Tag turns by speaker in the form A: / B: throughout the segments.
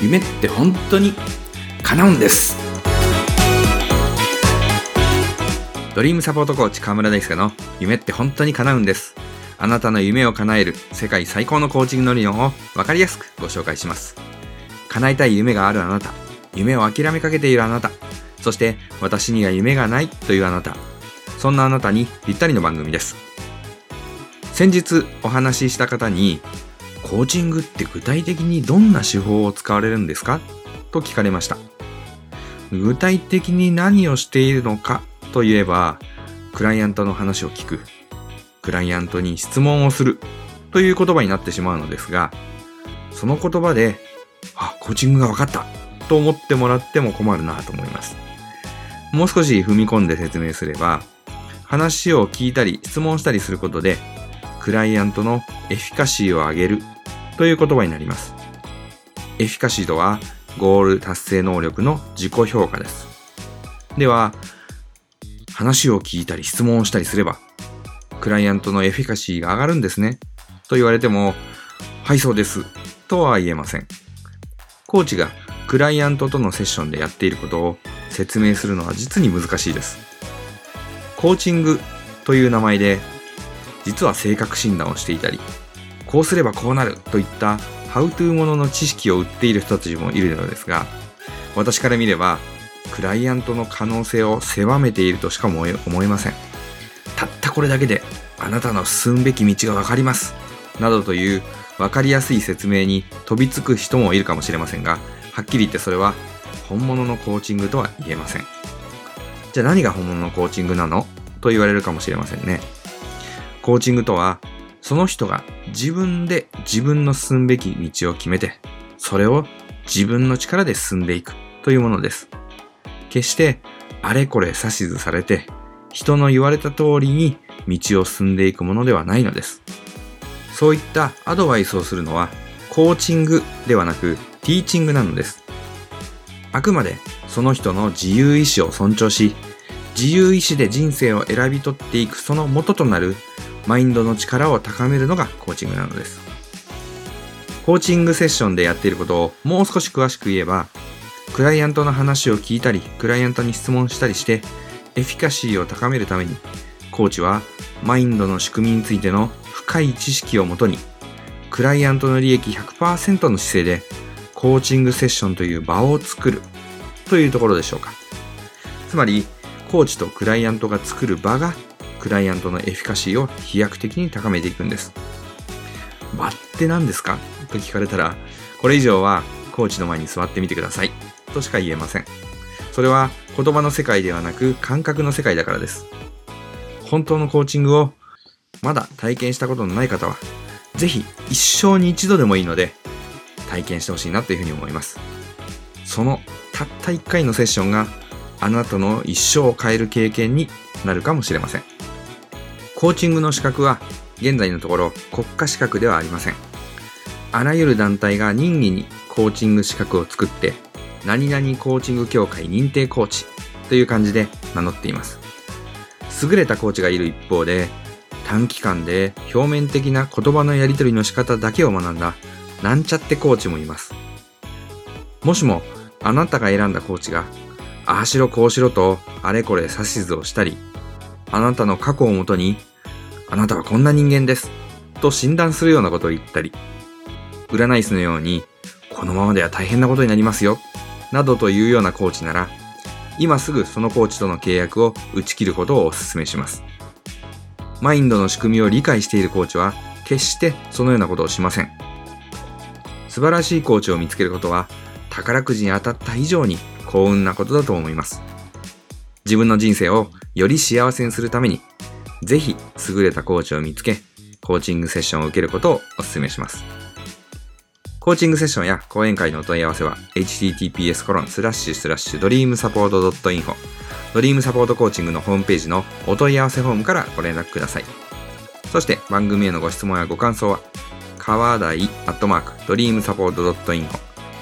A: 夢って本当に叶うんです。ドリームサポートコーチ川村大輔の夢って本当に叶うんです。あなたの夢を叶える世界最高のコーチングの理論を分かりやすくご紹介します。叶えたい夢があるあなた、夢を諦めかけているあなた、そして私には夢がないというあなた、そんなあなたにぴったりの番組です。先日お話しした方に、コーチングって具体的にどんな手法を使われるんですかと聞かれました。具体的に何をしているのかといえば、クライアントの話を聞く、クライアントに質問をするという言葉になってしまうのですが、その言葉で、コーチングが分かったと思ってもらっても困るなと思います。もう少し踏み込んで説明すれば、話を聞いたり質問したりすることで、クライアントのエフィカシーを上げるという言葉になります。エフィカシーとは、ゴール達成能力の自己評価です。では、話を聞いたり質問をしたりすれば、クライアントのエフィカシーが上がるんですねと言われても、はいそうですとは言えません。コーチがクライアントとのセッションでやっていることを説明するのは実に難しいです。コーチングという名前で、実は性格診断をしていたり、こうすればこうなるといったハウトゥーものの知識を売っている人たちもいるのですが、私から見ればクライアントの可能性を狭めているとしか思えません。たったこれだけであなたの進むべき道がわかりますなどというわかりやすい説明に飛びつく人もいるかもしれませんが、はっきり言ってそれは本物のコーチングとは言えません。じゃあ何が本物のコーチングなのと言われるかもしれませんね。コーチングとは、その人が自分で自分の進むべき道を決めて、それを自分の力で進んでいくというものです。決してあれこれ指図されて、人の言われた通りに道を進んでいくものではないのです。そういったアドバイスをするのは、コーチングではなくティーチングなのです。あくまでその人の自由意志を尊重し、自由意志で人生を選び取っていくその元となるマインドの力を高めるのがコーチングなのです。コーチングセッションでやっていることをもう少し詳しく言えば、クライアントの話を聞いたり、クライアントに質問したりして、エフィカシーを高めるために、コーチはマインドの仕組みについての深い知識をもとに、クライアントの利益 100% の姿勢で、コーチングセッションという場を作るというところでしょうか。つまり、コーチとクライアントが作る場が、クライアントのエフィカシーを飛躍的に高めていくんです。場って何ですかと聞かれたら、これ以上はコーチの前に座ってみてくださいとしか言えません。それは言葉の世界ではなく感覚の世界だからです。本当のコーチングをまだ体験したことのない方は、ぜひ一生に一度でもいいので体験してほしいなというふうに思います。そのたった一回のセッションがあなたの一生を変える経験になるかもしれません。コーチングの資格は現在のところ国家資格ではありません。あらゆる団体が任意にコーチング資格を作って、何々コーチング協会認定コーチという感じで名乗っています。優れたコーチがいる一方で、短期間で表面的な言葉のやり取りの仕方だけを学んだなんちゃってコーチもいます。もしもあなたが選んだコーチが、ああしろこうしろとあれこれ指図をしたり、あなたの過去をもとに、あなたはこんな人間ですと診断するようなことを言ったり、占い師のようにこのままでは大変なことになりますよなどというようなコーチなら、今すぐそのコーチとの契約を打ち切ることをお勧めします。マインドの仕組みを理解しているコーチは決してそのようなことをしません。素晴らしいコーチを見つけることは宝くじに当たった以上に幸運なことだと思います。自分の人生をより幸せにするために、ぜひ優れたコーチを見つけ、コーチングセッションを受けることをお勧めします。コーチングセッションや講演会のお問い合わせは https://dreamsupport.info ドリームサポートコーチングのホームページのお問い合わせフォームからご連絡ください。そして番組へのご質問やご感想は川台@dreamsupport.info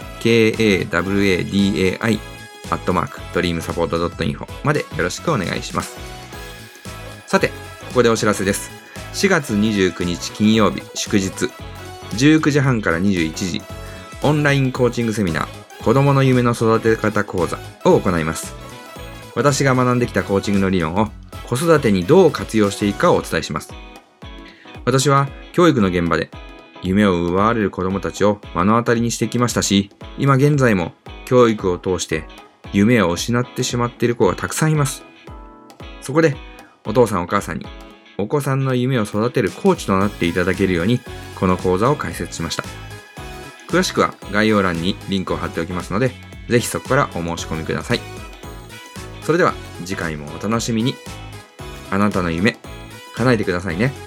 A: kawadai@dreamsupport.info までよろしくお願いします。さて、ここでお知らせです。4月29日金曜日祝日、19時半から21時、オンラインコーチングセミナー子供の夢の育て方講座を行います。私が学んできたコーチングの理論を子育てにどう活用していくかをお伝えします。私は教育の現場で夢を奪われる子供たちを目の当たりにしてきましたし、今現在も教育を通して夢を失ってしまっている子がたくさんいます。そこでお父さんお母さんにお子さんの夢を育てるコーチとなっていただけるようにこの講座を開設しました。詳しくは概要欄にリンクを貼っておきますので、ぜひそこからお申し込みください。それでは次回もお楽しみに。あなたの夢叶えてくださいね。